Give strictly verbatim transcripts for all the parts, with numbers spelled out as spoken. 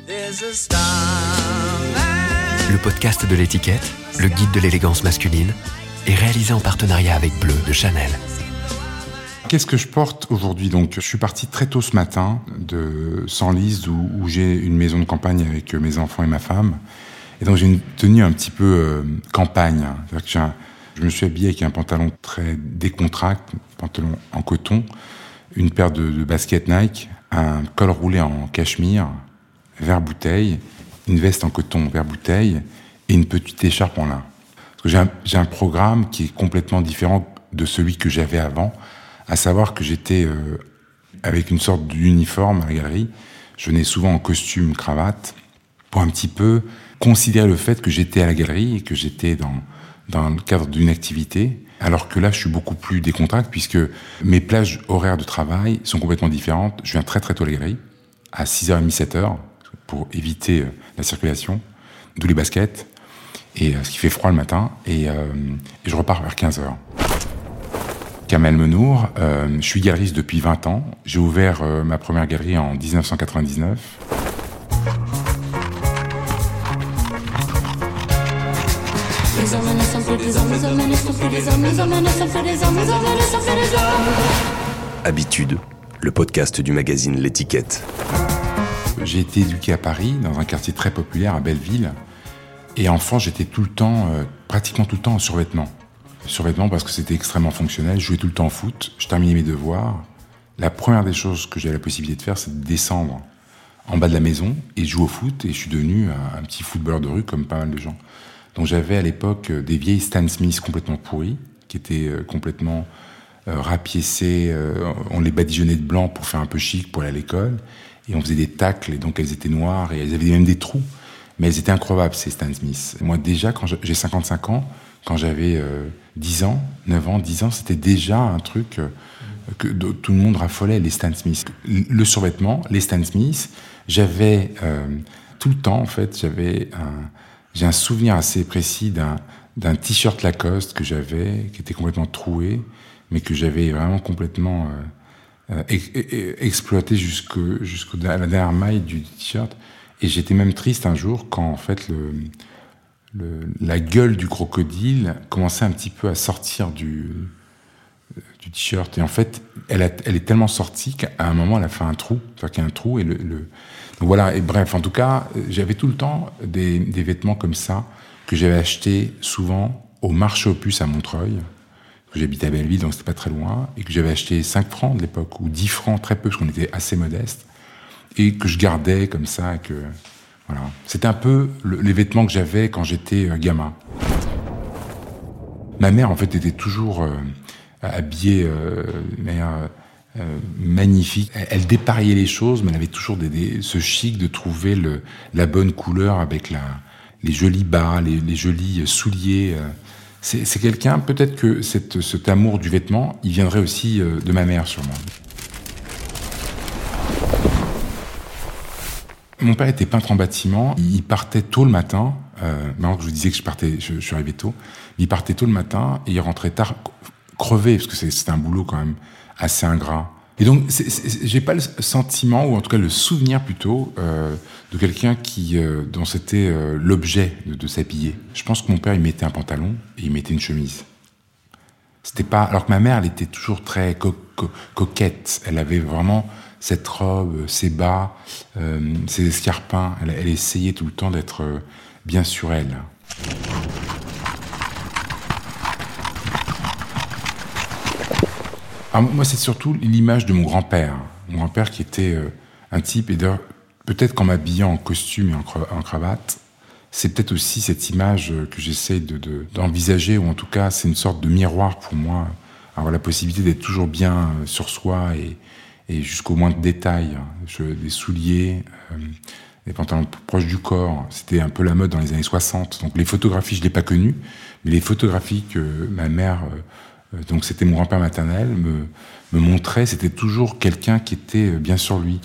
Le podcast de l'étiquette, le guide de l'élégance masculine, est réalisé en partenariat avec Bleu de Chanel. Qu'est-ce que je porte aujourd'hui ? Donc, je suis parti très tôt ce matin de Senlis, où, où j'ai une maison de campagne avec mes enfants et ma femme. Et donc, j'ai une tenue un petit peu euh, campagne. C'est-à-dire que j'ai un, je me suis habillé avec un pantalon très décontracté, pantalon en coton, une paire de, de baskets Nike, un col roulé en cachemire, vert bouteille, une veste en coton vert bouteille et une petite écharpe en lin. Parce que j'ai un, j'ai un programme qui est complètement différent de celui que j'avais avant, à savoir que j'étais euh, avec une sorte d'uniforme à la galerie. Je venais souvent en costume, cravate, pour un petit peu considérer le fait que j'étais à la galerie et que j'étais dans, dans le cadre d'une activité, alors que là, je suis beaucoup plus décontracté, puisque mes plages horaires de travail sont complètement différentes. Je viens très très tôt à la galerie, à six heures trente, sept heures, pour éviter euh, la circulation, d'où les baskets, et euh, ce qui fait froid le matin, et, euh, et je repars vers quinze heures. Kamel Menour, euh, je suis galeriste depuis vingt ans. J'ai ouvert euh, ma première galerie en dix-neuf cent quatre-vingt-dix-neuf. Habitude, le podcast du magazine L'étiquette. J'ai été éduqué à Paris, dans un quartier très populaire, à Belleville. Et enfant, j'étais tout le temps, euh, pratiquement tout le temps en survêtement. Survêtement parce que c'était extrêmement fonctionnel. Je jouais tout le temps au foot, je terminais mes devoirs. La première des choses que j'avais la possibilité de faire, c'est de descendre en bas de la maison et jouer au foot. Et je suis devenu un, un petit footballeur de rue comme pas mal de gens. Donc j'avais à l'époque des vieilles Stan Smith complètement pourries, qui étaient euh, complètement euh, rapiécées. Euh, on les badigeonnait de blanc pour faire un peu chic pour aller à l'école. Et on faisait des tacles, et donc elles étaient noires, et elles avaient même des trous. Mais elles étaient incroyables, ces Stan Smith. Moi déjà, quand j'ai cinquante-cinq ans, quand j'avais euh, dix ans, neuf ans, dix ans, c'était déjà un truc euh, que de, tout le monde raffolait, les Stan Smith. Le survêtement, les Stan Smith, j'avais euh, tout le temps, en fait, j'avais un, j'ai un souvenir assez précis d'un, d'un t-shirt Lacoste que j'avais, qui était complètement troué, mais que j'avais vraiment complètement euh, euh, ex- exploité jusqu'au, jusqu'à la dernière maille du t-shirt. Et j'étais même triste un jour quand, en fait, le... Le, la gueule du crocodile commençait un petit peu à sortir du, du t-shirt. Et en fait, elle, a, elle est tellement sortie qu'à un moment, elle a fait un trou. C'est-à-dire qu'il y a un trou. Et le, le... Donc voilà. Et bref, en tout cas, j'avais tout le temps des, des vêtements comme ça que j'avais achetés souvent au marché aux puces à Montreuil. J'habitais à Belleville, donc c'était pas très loin. Et que j'avais acheté cinq francs de l'époque, ou dix francs, très peu, parce qu'on était assez modeste. Et que je gardais comme ça, et que... Voilà. C'était un peu le, les vêtements que j'avais quand j'étais euh, gamin. Ma mère, en fait, était toujours euh, habillée euh, de manière euh, magnifique. Elle, elle dépareillait les choses, mais elle avait toujours des, des, ce chic de trouver le, la bonne couleur avec la, les jolis bas, les, les jolis souliers. Euh. C'est, c'est quelqu'un, peut-être que cette, cet amour du vêtement, il viendrait aussi euh, de ma mère, sûrement. Mon père était peintre en bâtiment. Il partait tôt le matin. Euh, maintenant que je vous disais que je partais, je, je suis arrivé tôt. Il partait tôt le matin et il rentrait tard, crevé, parce que c'est, c'était un boulot quand même assez ingrat. Et donc, c'est, c'est, j'ai pas le sentiment, ou en tout cas le souvenir plutôt, euh, de quelqu'un qui, euh, dont c'était euh, l'objet de, de s'habiller. Je pense que mon père, il mettait un pantalon et il mettait une chemise. C'était pas, alors que ma mère, elle était toujours très co- co- coquette. Elle avait vraiment cette robe, ses bas, euh, ses escarpins. Elle, elle essayait tout le temps d'être euh, bien sur elle. Alors, moi, c'est surtout l'image de mon grand-père. Mon grand-père qui était euh, un type, et d'ailleurs, peut-être qu'en m'habillant en costume et en, cra- en cravate, c'est peut-être aussi cette image que j'essaie de, de, d'envisager, ou en tout cas, c'est une sorte de miroir pour moi, avoir la possibilité d'être toujours bien sur soi et, et jusqu'au moindre détail. Je, des souliers, euh, des pantalons proches du corps. C'était un peu la mode dans les années soixante. Donc les photographies, je ne l'ai pas connues, mais les photographies que ma mère, euh, donc c'était mon grand-père maternel, me, me montrait, c'était toujours quelqu'un qui était bien sur lui.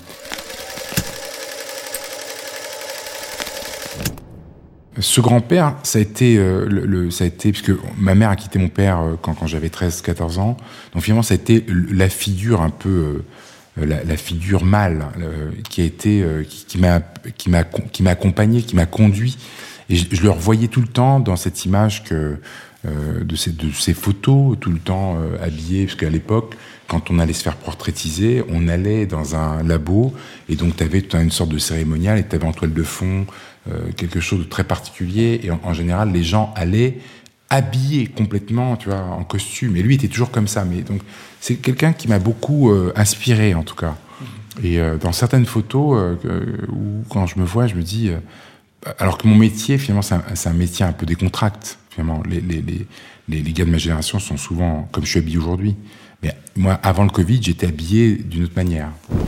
Ce grand-père, ça a été, euh, le, le, ça a été, puisque ma mère a quitté mon père euh, quand, quand j'avais treize quatorze ans, donc finalement ça a été la figure un peu euh, la, la figure mâle euh, qui a été, euh, qui, qui m'a, qui m'a, qui m'a accompagné, qui m'a conduit. Et je, je le revoyais tout le temps dans cette image que euh, de ces, de ces photos, tout le temps euh, habillé, parce qu'à l'époque, quand on allait se faire portraitiser, on allait dans un labo, et donc tu avais une sorte de cérémonial, et tu avais en toile de fond euh, quelque chose de très particulier, et en, en général, les gens allaient habillés complètement, tu vois, en costume, et lui était toujours comme ça. Mais donc, c'est quelqu'un qui m'a beaucoup euh, inspiré, en tout cas. Et euh, dans certaines photos, euh, où quand je me vois, je me dis... Euh, alors que mon métier, finalement, c'est un, c'est un métier un peu décontracté. Finalement, les, les, les, les, les gars de ma génération sont souvent comme je suis habillé aujourd'hui. Mais moi, avant le Covid, j'étais habillé d'une autre manière.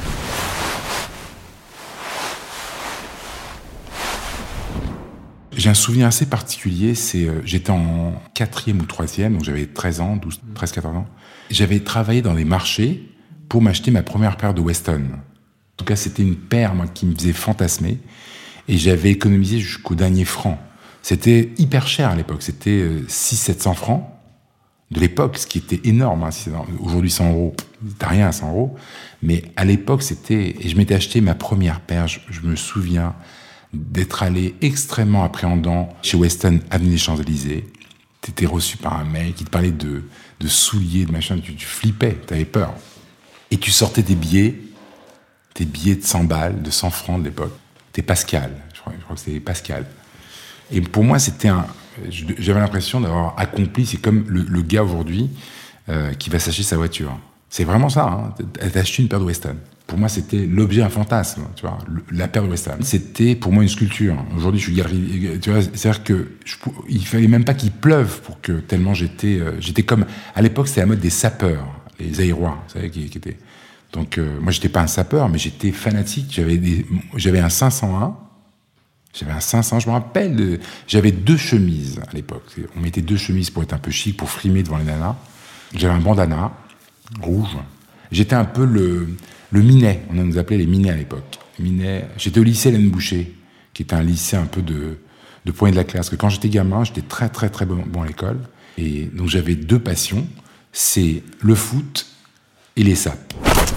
J'ai un souvenir assez particulier, c'est euh, j'étais en quatrième ou troisième, donc j'avais treize ans, douze, treize, quatorze ans. J'avais travaillé dans des marchés pour m'acheter ma première paire de Weston. En tout cas, c'était une paire, moi, qui me faisait fantasmer. Et j'avais économisé jusqu'au dernier franc. C'était hyper cher à l'époque. C'était six cents, sept cents francs de l'époque, ce qui était énorme. Hein. Aujourd'hui, cent euros, t'as rien à cent euros. Mais à l'époque, c'était... Et je m'étais acheté ma première paire. Je, je me souviens d'être allé extrêmement appréhendant chez Weston, avenue des Champs-Élysées. T'étais reçu par un mec qui te parlait de, de souliers, de machin. Tu, tu flippais, t'avais peur. Et tu sortais des billets, tes billets de cent balles, de cent francs de l'époque. C'était Pascal, je crois, je crois que c'était Pascal. Et pour moi, c'était un... J'avais l'impression d'avoir accompli... C'est comme le, le gars aujourd'hui euh, qui va s'acheter sa voiture. C'est vraiment ça, hein. T'as acheté une paire de Weston. Pour moi, c'était l'objet, un fantasme, tu vois, le, la paire de Weston. C'était pour moi une sculpture. Aujourd'hui, je suis galerie... Tu vois, c'est-à-dire que je, il fallait même pas qu'il pleuve pour que tellement j'étais... Euh, j'étais comme... À l'époque, c'était la mode des sapeurs, les Aérois, vous savez, qui, qui étaient... Donc, euh, moi, j'étais pas un sapeur, mais j'étais fanatique. J'avais, des, j'avais un cinq cent un. J'avais un cinq cents, je me rappelle. De, j'avais deux chemises à l'époque. On mettait deux chemises pour être un peu chic, pour frimer devant les nanas. J'avais un bandana rouge. J'étais un peu le, le Minet. On nous appelait les Minets à l'époque. Minet. J'étais au lycée Hélène Boucher, qui était un lycée un peu de, de poignée de la classe. Que quand j'étais gamin, j'étais très, très, très bon, bon à l'école. Et donc, j'avais deux passions. C'est le foot et les sapes.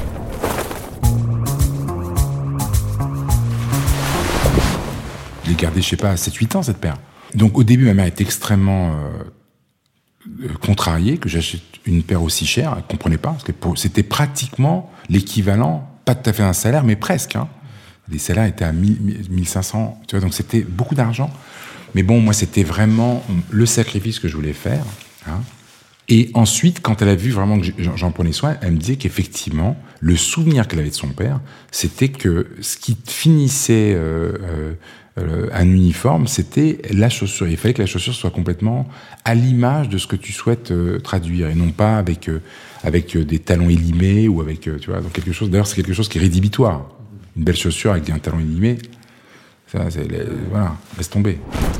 Je l'ai gardé, je sais pas, sept huit ans, cette paire. Donc, au début, ma mère était extrêmement euh, contrariée que j'achète une paire aussi chère. Elle ne comprenait pas, parce que pour, c'était pratiquement l'équivalent, pas tout à fait un salaire, mais presque. Hein. Les salaires étaient à mille, mille cinq cents, tu vois, donc c'était beaucoup d'argent. Mais bon, moi, c'était vraiment le sacrifice que je voulais faire. Hein. Et ensuite, quand elle a vu vraiment que j'en prenais soin, elle me disait qu'effectivement, le souvenir qu'elle avait de son père, c'était que ce qui finissait euh, euh, euh, un uniforme, c'était la chaussure. Il fallait que la chaussure soit complètement à l'image de ce que tu souhaites euh, traduire, et non pas avec euh, avec des talons élimés ou avec, euh, tu vois, donc quelque chose. D'ailleurs, c'est quelque chose qui est rédhibitoire. Une belle chaussure avec un talon élimé, ça, c'est, les, voilà, laisse tomber.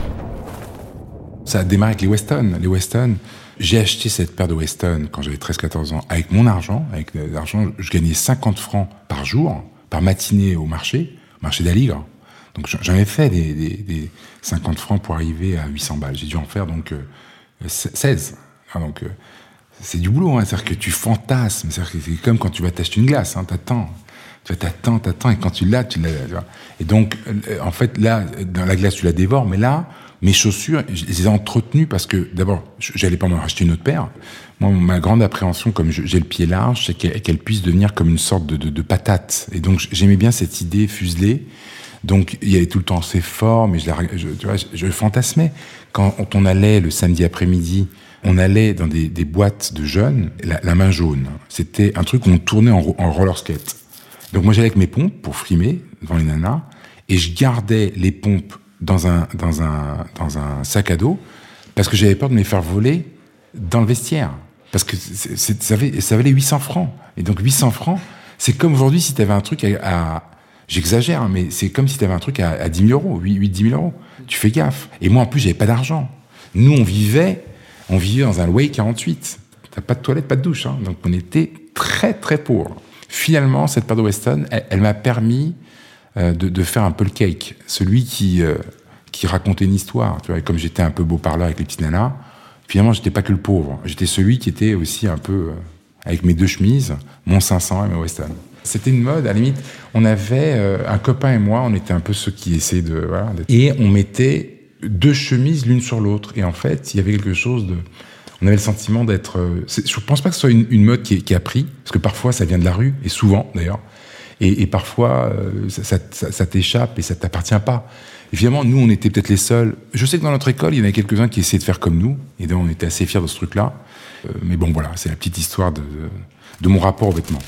Ça a démarré avec les Weston. Les Weston. J'ai acheté cette paire de Weston quand j'avais treize quatorze ans, avec mon argent. Avec l'argent, je gagnais cinquante francs par jour, par matinée au marché, au marché d'Aligre. Donc j'en ai fait des, des, des cinquante francs pour arriver à huit cents balles. J'ai dû en faire donc euh, seize. Enfin, donc euh, c'est du boulot, hein. C'est-à-dire que tu fantasmes. C'est-à-dire que c'est comme quand tu vas t'acheter une glace, hein. T'attends. Tu vas t'attends, t'attends, et quand tu l'as, tu l'as. Tu vois. Et donc, euh, en fait, là, dans la glace, tu la dévores, mais là, mes chaussures, je les ai entretenues parce que, d'abord, j'allais pas m'en racheter une autre paire. Moi, ma grande appréhension, comme j'ai le pied large, c'est qu'elle, qu'elle puisse devenir comme une sorte de, de, de patate. Et donc, j'aimais bien cette idée fuselée. Donc, il y avait tout le temps ces formes, et je, la, je, tu vois, je, je fantasmais. Quand on allait le samedi après-midi, on allait dans des, des boîtes de jeunes, la, la main jaune. C'était un truc où on tournait en, en roller skate. Donc, moi, j'allais avec mes pompes pour frimer devant les nanas, et je gardais les pompes dans un, dans un, dans un sac à dos, parce que j'avais peur de me les faire voler dans le vestiaire. Parce que c'est, c'est, ça, valait, ça valait huit cents francs. Et donc huit cents francs, c'est comme aujourd'hui si tu avais un truc à, à... J'exagère, hein, mais c'est comme si tu avais un truc à, à dix mille euros, huit à dix mille euros. Tu fais gaffe. Et moi, en plus, j'avais pas d'argent. Nous, on vivait, on vivait dans un loyer quarante-huit. T'as pas de toilette, pas de douche. Hein. Donc on était très, très pauvres. Finalement, cette paire de Weston, elle, elle m'a permis De, de faire un peu le cake, celui qui euh, qui racontait une histoire. Tu vois, et comme j'étais un peu beau parleur avec les petites nanas, finalement j'étais pas que le pauvre, j'étais celui qui était aussi un peu euh, avec mes deux chemises, mon cinq cents et mes Weston. C'était une mode, à la limite. On avait euh, un copain et moi, on était un peu ceux qui essayaient de... Voilà, et on mettait deux chemises l'une sur l'autre. Et en fait, il y avait quelque chose de... On avait le sentiment d'être... Euh, c'est, je pense pas que ce soit une, une mode qui, qui a pris, parce que parfois, ça vient de la rue, et souvent, d'ailleurs. Et, et parfois, euh, ça, ça, ça, ça t'échappe et ça t'appartient pas. Évidemment, nous, on était peut-être les seuls. Je sais que dans notre école, il y en avait quelques-uns qui essayaient de faire comme nous. Et donc, on était assez fiers de ce truc-là. Euh, mais bon, voilà, c'est la petite histoire de, de, de mon rapport aux vêtements.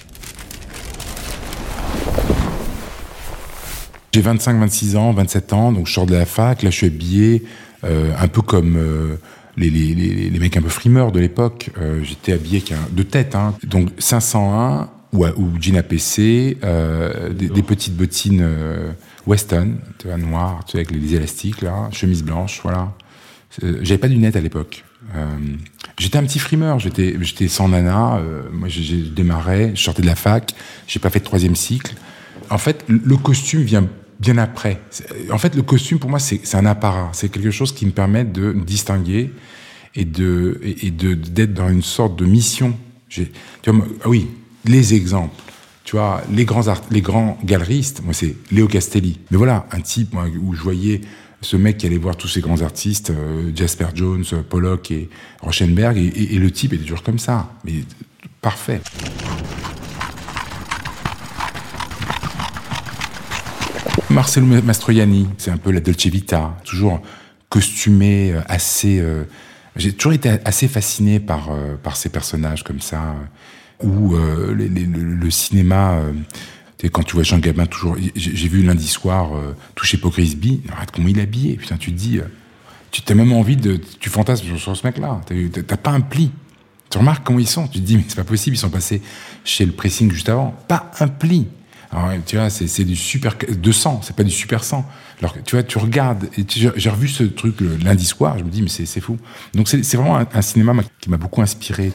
J'ai vingt-cinq, vingt-six ans, vingt-sept ans, donc je sors de la fac. Là, je suis habillé euh, un peu comme euh, les, les, les, les mecs un peu frimeurs de l'époque. Euh, j'étais habillé avec un, de tête, hein. Donc cinq cent un ou, ou jean A P C, euh, des, des petites bottines... Euh, Weston, tu vois, noir, tu sais, avec les élastiques, là, chemise blanche, voilà. Euh, j'avais pas de lunettes à l'époque. Euh, j'étais un petit frimeur, j'étais, j'étais sans nana, euh, moi j'ai, j'ai démarré, je sortais de la fac, j'ai pas fait de troisième cycle. En fait, le costume vient bien après. C'est, en fait, le costume, pour moi, c'est, c'est un apparat, c'est quelque chose qui me permet de me distinguer et, de, et, et de, d'être dans une sorte de mission. J'ai, tu vois, ah oui, les exemples. Tu vois, les grands, art- les grands galeristes, moi, c'est Léo Castelli. Mais voilà, un type moi, où je voyais ce mec qui allait voir tous ces grands artistes, euh, Jasper Jones, Pollock et Rauschenberg, et, et, et le type était toujours comme ça. Mais parfait. Marcello Mastroianni, c'est un peu la Dolce Vita, toujours costumé, assez... Euh, j'ai toujours été assez fasciné par, euh, par ces personnages comme ça, où euh, les, les, le, le cinéma, euh, quand tu vois Jean Gabin, toujours, j'ai, j'ai vu lundi soir euh, Touché pour Grisby, regarde comment il est habillé, putain, tu te dis, euh, tu as même envie de, tu fantasmes sur ce mec-là, t'as, t'as pas un pli, tu remarques comment ils sont, tu te dis, mais c'est pas possible, ils sont passés chez le pressing juste avant, pas un pli. Alors, tu vois, c'est, c'est du super deux cents, c'est pas du super cent. Alors, tu vois, tu regardes, et tu, j'ai revu ce truc le lundi soir, je me dis, mais c'est, c'est fou. Donc, c'est, c'est vraiment un, un cinéma qui m'a beaucoup inspiré.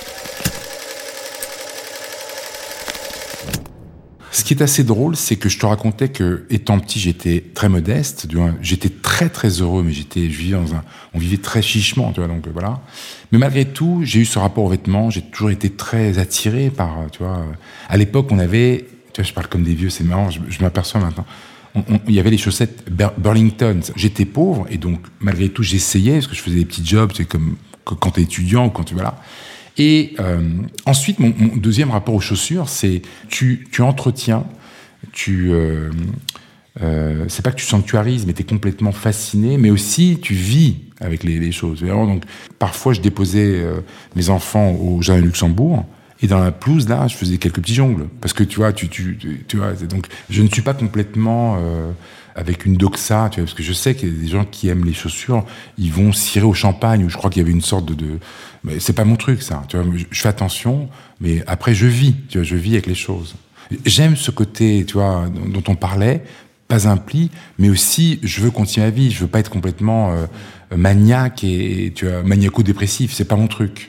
Ce qui est assez drôle, c'est que je te racontais que, étant petit, j'étais très modeste, du moins, j'étais très très heureux, mais j'étais, je vivais dans un, on vivait très chichement, tu vois, donc voilà. Mais malgré tout, j'ai eu ce rapport aux vêtements, j'ai toujours été très attiré par, tu vois, à l'époque, on avait, tu vois, je parle comme des vieux, c'est marrant, je, je m'aperçois maintenant. On, on, il y avait les chaussettes Bur- Burlington. J'étais pauvre, et donc, malgré tout, j'essayais, parce que je faisais des petits jobs, c'est comme quand t'es étudiant, ou quand tu, voilà. Et euh, ensuite, mon, mon deuxième rapport aux chaussures, c'est tu, tu entretiens, tu, euh, euh, c'est pas que tu sanctuarises, mais t'es complètement fasciné, mais aussi tu vis avec les, les choses. Alors, donc, parfois, je déposais euh, mes enfants au Jardin du Luxembourg, et dans la pelouse, là, je faisais quelques petits jongles, parce que tu vois, tu, tu, tu, tu vois, donc je ne suis pas complètement euh, avec une doxa, tu vois, parce que je sais qu'il y a des gens qui aiment les chaussures, ils vont cirer au champagne, ou je crois qu'il y avait une sorte de, de mais c'est pas mon truc, ça. Tu vois, je, je fais attention, mais après je vis. Tu vois, je vis avec les choses. J'aime ce côté, tu vois, dont, dont on parlait, pas un pli, mais aussi je veux continuer ma vie. Je veux pas être complètement euh, maniaque et tu vois, maniaco-dépressif. C'est pas mon truc.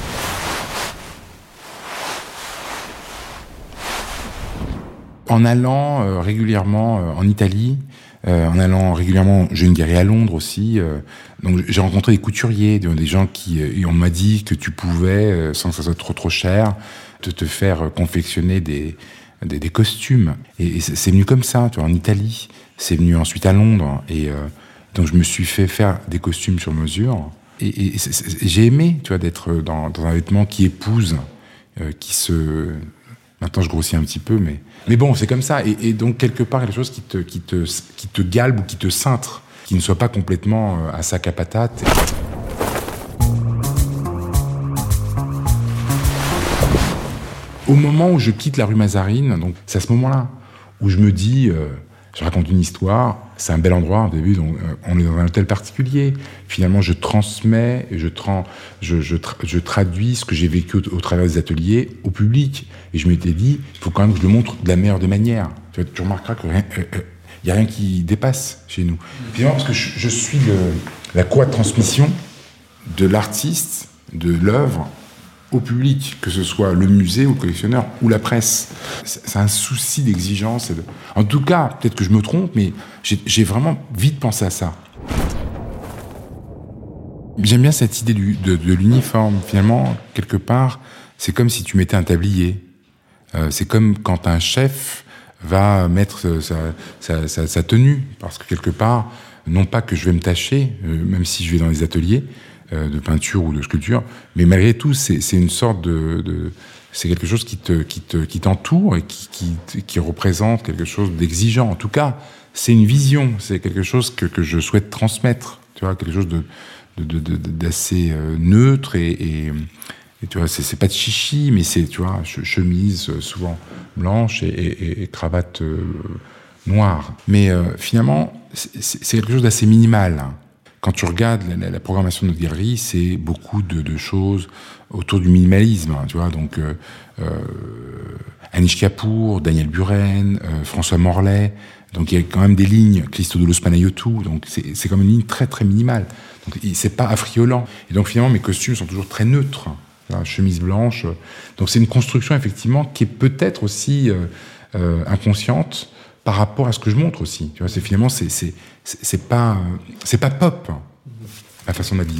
En allant euh, régulièrement euh, en Italie. Euh, en allant régulièrement, j'ai une guerrière à Londres aussi. Euh, donc j'ai rencontré des couturiers, des gens qui, et on m'a dit que tu pouvais, euh, sans que ça soit trop trop cher, te, te faire confectionner des, des, des costumes. Et, et c'est, c'est venu comme ça, tu vois, en Italie. C'est venu ensuite à Londres. Et euh, donc je me suis fait faire des costumes sur mesure. Et, et, et, c'est, c'est, et j'ai aimé, tu vois, d'être dans, dans un vêtement qui épouse, euh, qui se... Maintenant, je grossis un petit peu, mais... Mais bon, c'est comme ça. Et, et donc, quelque part, il y a des choses qui te, qui te, qui te galbent ou qui te cintrent, qui ne soient pas complètement à sac à patate. Au moment où je quitte la rue Mazarine, donc c'est à ce moment-là où je me dis... Euh, je raconte une histoire, c'est un bel endroit au début, donc euh, on est dans un hôtel particulier. Finalement, je transmets, je, tra- je, je, tra- je traduis ce que j'ai vécu au, au travers des ateliers au public. Et je m'étais dit, il faut quand même que je le montre de la meilleure des manières. Tu, vois, tu remarqueras qu'il n'y euh, euh, a rien qui dépasse chez nous. Finalement, parce que je, je suis le, la co-transmission de l'artiste, de l'œuvre, au public, que ce soit le musée ou le collectionneur ou la presse. C'est un souci d'exigence. De... En tout cas, peut-être que je me trompe, mais j'ai, j'ai vraiment vite pensé à ça. J'aime bien cette idée du, de, de l'uniforme. Finalement, quelque part, c'est comme si tu mettais un tablier. Euh, c'est comme quand un chef va mettre sa, sa, sa, sa tenue, parce que quelque part, non pas que je vais me tâcher, euh, même si je vais dans les ateliers euh, de peinture ou de sculpture, mais malgré tout, c'est, c'est une sorte de, de c'est quelque chose qui te, qui te, qui t'entoure et qui, qui, qui représente quelque chose d'exigeant. En tout cas, c'est une vision, c'est quelque chose que, que je souhaite transmettre. Tu vois, quelque chose de, de, de, de d'assez euh, neutre et, et, et tu vois, c'est, c'est pas de chichi, mais c'est, tu vois, chemise euh, souvent blanche et, et, et cravate euh, noire. Mais euh, finalement, c'est, c'est quelque chose d'assez minimal. Quand tu regardes la, la programmation de notre galerie, c'est beaucoup de, de choses autour du minimalisme, hein, tu vois. Donc, euh, euh, Anish Kapoor, Daniel Buren, euh, François Morlaix. Donc, il y a quand même des lignes, Christodoulos Panayiotou. Donc, c'est, c'est comme une ligne très, très minimale. Donc, c'est pas affriolant. Et donc, finalement, mes costumes sont toujours très neutres. Voilà, chemise blanche. Donc, c'est une construction, effectivement, qui est peut-être aussi euh, euh, inconsciente par rapport à ce que je montre aussi. Tu vois, c'est finalement, c'est, c'est, c'est, c'est pas, c'est pas pop, hein, la façon d'habiller.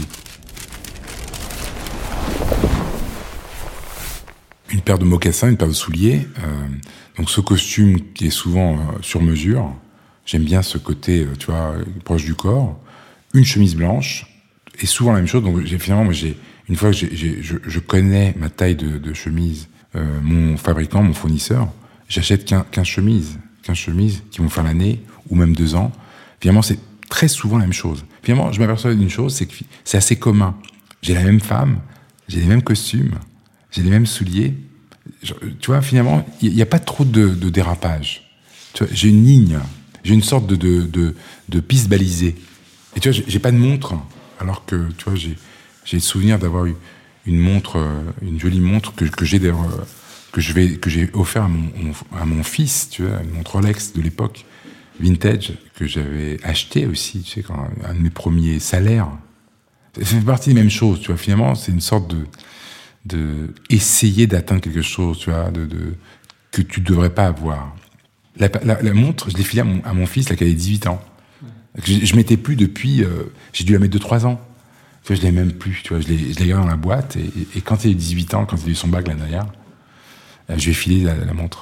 Une paire de mocassins, une paire de souliers. Euh, donc, ce costume qui est souvent euh, sur mesure. J'aime bien ce côté, euh, tu vois, proche du corps. Une chemise blanche. Et souvent la même chose. Donc, j'ai, finalement, moi, j'ai, une fois que j'ai, j'ai, je, je connais ma taille de, de chemise, euh, mon fabricant, mon fournisseur, j'achète quinze chemises. quinze chemises qui vont faire l'année, ou même deux ans. Finalement, c'est très souvent la même chose. Finalement, je m'aperçois d'une chose, c'est que c'est assez commun. J'ai la même femme, j'ai les mêmes costumes, j'ai les mêmes souliers. Je, tu vois, finalement, il n'y a pas trop de, de dérapage. Tu vois, j'ai une ligne, j'ai une sorte de, de, de, de piste balisée. Et tu vois, j'ai, j'ai pas de montre, alors que, tu vois, j'ai, j'ai le souvenir d'avoir eu une montre, une jolie montre que, que j'ai d'ailleurs... que je vais que j'ai offert à mon, mon à mon fils, tu vois, une montre Rolex de l'époque, vintage, que j'avais acheté aussi, tu sais, quand un de mes premiers salaires. Ça fait partie des mêmes choses, tu vois. Finalement, c'est une sorte de de essayer d'atteindre quelque chose, tu vois, de, de que tu devrais pas avoir. La, la, la montre, je l'ai filée à mon, à mon fils, là, qui avait dix-huit ans. Je, je mettais plus depuis, euh, j'ai dû la mettre de trois ans. Tu vois, je l'ai même plus, tu vois. Je l'ai je l'ai gardée dans la boîte et, et, et quand il a eu dix-huit ans, quand il a eu son bac l'année dernière, je vais filer la, la montre.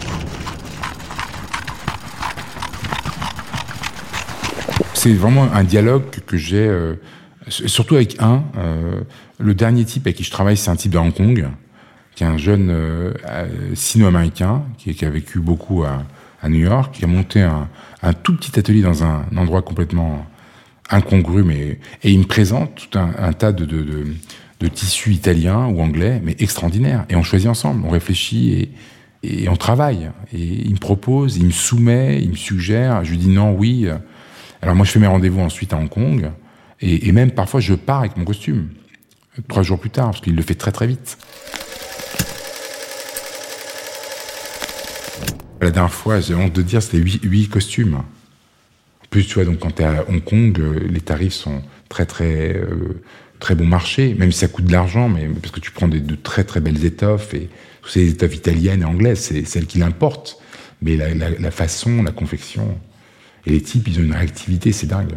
C'est vraiment un dialogue que, que j'ai, euh, surtout avec un. Euh, le dernier type avec qui je travaille, c'est un type de Hong Kong, qui est un jeune euh, sino-américain, qui, qui a vécu beaucoup à, à New York, qui a monté un, un tout petit atelier dans un, un endroit complètement incongru, mais, et il me présente tout un, un tas de... de, de de tissus italiens ou anglais, mais extraordinaires. Et on choisit ensemble, on réfléchit et, et on travaille. Et il me propose, il me soumet, il me suggère. Je lui dis non, oui. Alors moi, je fais mes rendez-vous ensuite à Hong Kong. Et, et même parfois, je pars avec mon costume. Trois jours plus tard, parce qu'il le fait très très vite. La dernière fois, j'ai honte de dire, c'était huit, huit costumes. En plus, tu vois, donc quand t'es à Hong Kong, les tarifs sont très très... Euh, très bon marché, même si ça coûte de l'argent, mais parce que tu prends des, de très très belles étoffes, et toutes ces étoffes italiennes et anglaises, c'est celles qui l'importent. Mais la, la, la façon, la confection, et les types, ils ont une réactivité, c'est dingue.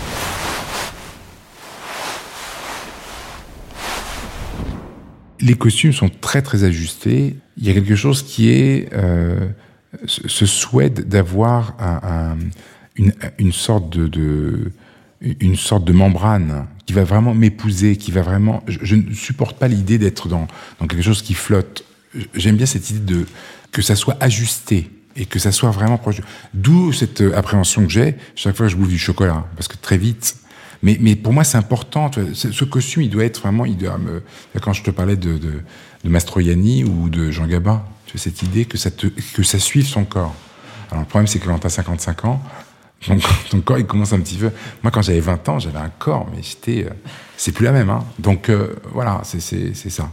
Les costumes sont très très ajustés. Il y a quelque chose qui est euh, ce souhait d'avoir un, un, une, une sorte de, de une sorte de membrane qui va vraiment m'épouser, qui va vraiment... Je, je ne supporte pas l'idée d'être dans, dans quelque chose qui flotte. J'aime bien cette idée de que ça soit ajusté et que ça soit vraiment proche. D'où cette appréhension que j'ai chaque fois que je bouffe du chocolat, parce que très vite... Mais, mais pour moi, c'est important. Tu vois, ce costume, il doit être vraiment... Il doit me, quand je te parlais de, de, de Mastroianni ou de Jean Gabin, tu vois, cette idée que ça, te, que ça suive son corps. Alors, le problème, c'est que quand t'as cinquante-cinq ans, ton, ton corps, il commence un petit peu... Moi, quand j'avais vingt ans, j'avais un corps, mais j'étais... Euh, c'est plus la même, hein. Donc, euh, voilà, c'est, c'est, c'est ça.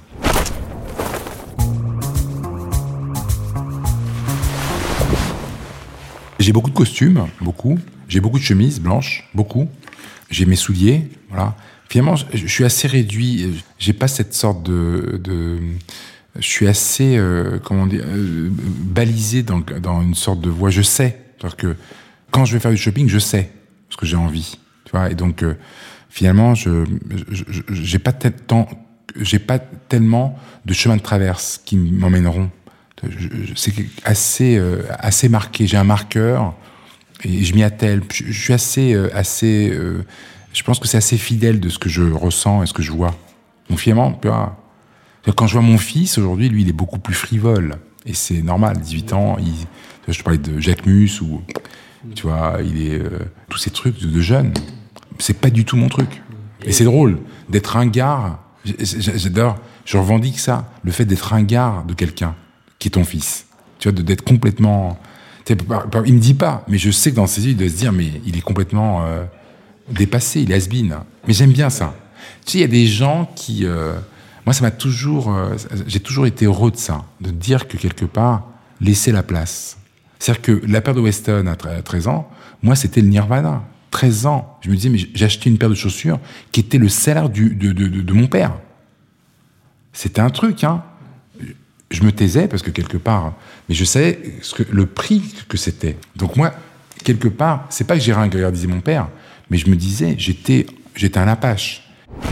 J'ai beaucoup de costumes, beaucoup. J'ai beaucoup de chemises blanches, beaucoup. J'ai mes souliers, voilà. Finalement, je, je suis assez réduit. J'ai pas cette sorte de... de je suis assez, euh, comment dire, euh, balisé dans, dans une sorte de voie. Je sais, c'est-à-dire que quand je vais faire du shopping, je sais ce que j'ai envie, tu vois. Et donc, euh, finalement, je, je, je j'ai pas tel temps, j'ai pas tellement de chemins de traverse qui m'emmèneront Je, je, c'est assez, euh, assez marqué. J'ai un marqueur et je m'y attelle. Je, je suis assez, euh, assez. Euh, je pense que c'est assez fidèle de ce que je ressens et ce que je vois. Donc finalement, quand je vois mon fils aujourd'hui, lui, il est beaucoup plus frivole et c'est normal. dix-huit ans, il, je te parlais de Jacques Mus ou tu vois, il est euh, tous ces trucs de, de jeunes. C'est pas du tout mon truc. Et c'est drôle d'être ringard. J'adore. Je revendique ça, le fait d'être ringard de quelqu'un qui est ton fils. Tu vois, de, d'être complètement... Il me dit pas, mais je sais que dans ses yeux, il doit se dire, mais il est complètement euh, dépassé, il est has-been. Mais j'aime bien ça. Tu sais, il y a des gens qui... Euh, moi, ça m'a toujours... Euh, j'ai toujours été heureux de ça, de dire que quelque part, laisser la place. C'est-à-dire que la paire de Weston à treize ans, moi, c'était le nirvana. treize ans, je me disais, mais j'ai acheté une paire de chaussures qui était le salaire du, de, de, de, de mon père. C'était un truc, hein. Je me taisais parce que quelque part, mais je savais ce que, le prix que c'était. Donc moi, quelque part, c'est pas que j'ai ringardisé mon père, mais je me disais, j'étais, j'étais un apache.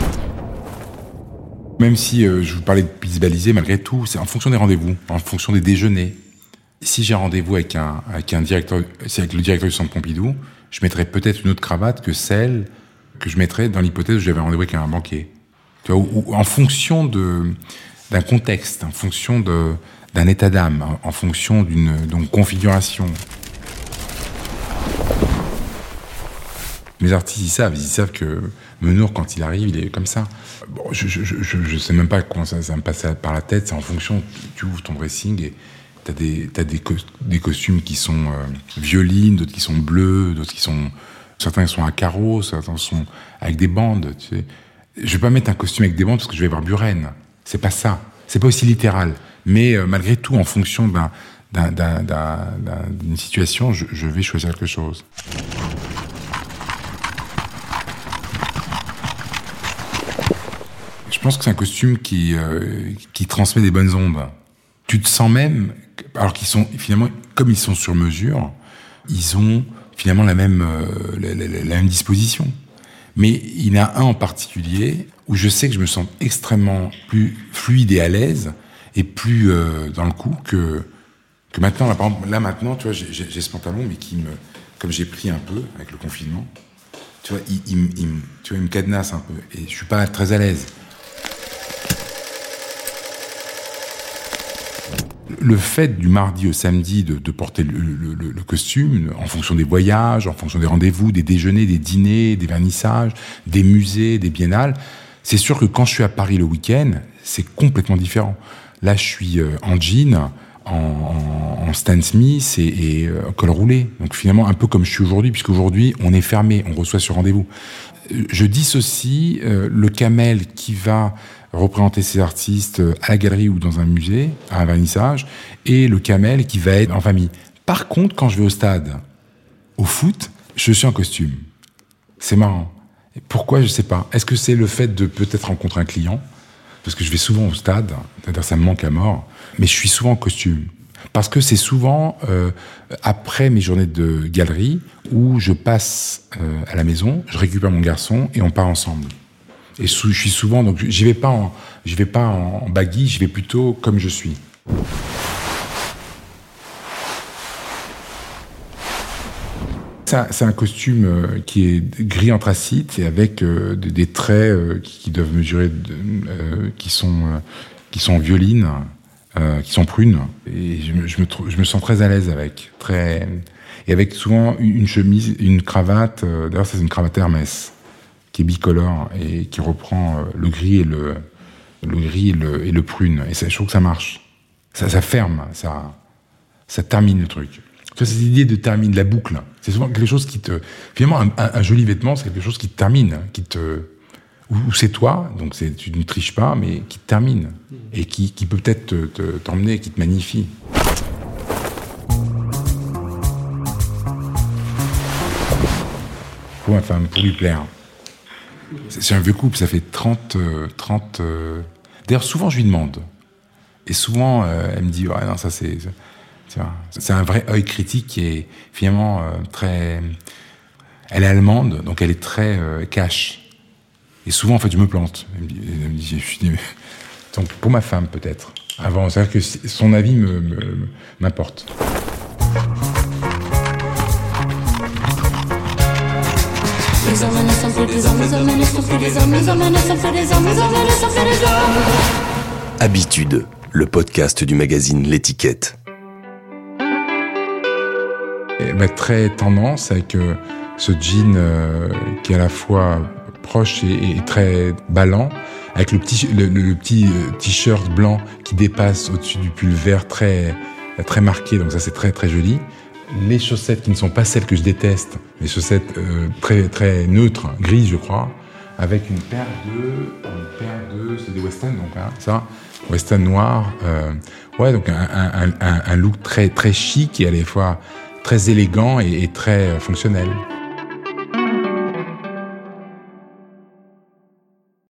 Même si euh, je vous parlais de piste balisée, malgré tout, c'est en fonction des rendez-vous, en fonction des déjeuners. Si j'ai rendez-vous avec un, avec un directeur, c'est avec le directeur du Centre Pompidou, je mettrais peut-être une autre cravate que celle que je mettrais dans l'hypothèse où j'avais rendez-vous avec un banquier. Tu vois, ou, ou en fonction de, d'un contexte, en fonction de, d'un état d'âme, en, en fonction d'une donc, configuration. Mes artistes, ils savent, ils savent que Menour, quand il arrive, il est comme ça. Bon, je, je, je, je sais même pas comment ça, ça me passe par la tête, c'est en fonction, tu ouvres ton dressing et t'as des, t'as des, co- des costumes qui sont euh, violines, d'autres qui sont bleus, d'autres qui sont... Certains sont à carreaux, certains sont avec des bandes, tu sais. Je vais pas mettre un costume avec des bandes parce que je vais voir Buren. C'est pas ça. C'est pas aussi littéral. Mais euh, malgré tout, en fonction d'un, d'un, d'un, d'un, d'un, d'une situation, je, je vais choisir quelque chose. Je pense que c'est un costume qui, euh, qui transmet des bonnes ondes. Tu te sens même, alors qu'ils sont finalement, comme ils sont sur mesure, ils ont finalement la même, euh, la, la, la même disposition. Mais il y en a un en particulier où je sais que je me sens extrêmement plus fluide et à l'aise et plus euh, dans le coup que, que maintenant. Là, par exemple, là maintenant, tu vois, j'ai, j'ai, j'ai ce pantalon, mais qui me, comme j'ai pris un peu avec le confinement, tu vois, il, il, il, tu vois, il me cadenasse un peu et je suis pas très à l'aise. Le fait du mardi au samedi de, de porter le, le, le, le costume, en fonction des voyages, en fonction des rendez-vous, des déjeuners, des dîners, des vernissages, des musées, des biennales, c'est sûr que quand je suis à Paris le week-end, c'est complètement différent. Là, je suis euh, en jean, en, en, en Stan Smith et, et euh, col roulé. Donc finalement, un peu comme je suis aujourd'hui, puisqu'aujourd'hui, on est fermé, on reçoit sur rendez-vous. Je dissocie euh, le camel qui va représenter ces artistes à la galerie ou dans un musée, à un vernissage, et le camel qui va être en famille. Par contre, quand je vais au stade, au foot, je suis en costume. C'est marrant. Pourquoi, je sais pas. Est-ce que c'est le fait de peut-être rencontrer un client ? Parce que je vais souvent au stade, c'est-à-dire ça me manque à mort, mais je suis souvent en costume. Parce que c'est souvent euh, après mes journées de galerie où je passe euh, à la maison, je récupère mon garçon et on part ensemble. Et je suis souvent, donc j'y vais pas en, j'y vais pas en baggy, j'y vais plutôt comme je suis. Ça, c'est un costume euh, qui est gris anthracite et avec euh, des, des traits euh, qui, qui doivent mesurer, de, euh, qui sont euh, qui sont violines, euh, qui sont prunes. Et je me, je me, je me sens très à l'aise avec, très et avec souvent une chemise, une cravate. Euh, d'ailleurs, c'est une cravate Hermès, qui est bicolore et qui reprend le gris et le, le gris et le, et le prune. Et ça, je trouve que ça marche. Ça, ça ferme, ça, ça termine le truc. Tu vois, cette idée de terminer la boucle, c'est souvent quelque chose qui te... Finalement, un, un, un joli vêtement, c'est quelque chose qui te termine, qui te... Ou c'est toi, donc c'est, tu ne triches pas, mais qui te termine. Et qui, qui peut peut-être te, te, t'emmener, qui te magnifie. Pour ma femme, pour lui plaire. C'est un vieux couple, ça fait trente... trente euh... D'ailleurs, souvent, je lui demande. Et souvent, euh, elle me dit, ouais, non, ça, c'est... C'est, c'est un vrai œil critique qui est, finalement, euh, très... Elle est allemande, donc elle est très euh, cash. Et souvent, en fait, je me plante. Elle me dit, elle me dit je suis... Donc, pour ma femme, peut-être. avant. C'est-à-dire que son avis me, me, m'importe. Habitude, le podcast du magazine L'Étiquette. Et bah, très tendance avec euh, ce jean euh, qui est à la fois proche et, et très ballant, avec le petit, le, le petit euh, t-shirt blanc qui dépasse au-dessus du pull vert très, très marqué, donc ça c'est très très joli. Les chaussettes qui ne sont pas celles que je déteste, les chaussettes euh, très très neutres, grises je crois, avec une paire de, une paire de, c'est des Weston donc hein, ça, Weston noir, euh, ouais donc un, un, un, un look très très chic et à la fois très élégant et, et très fonctionnel.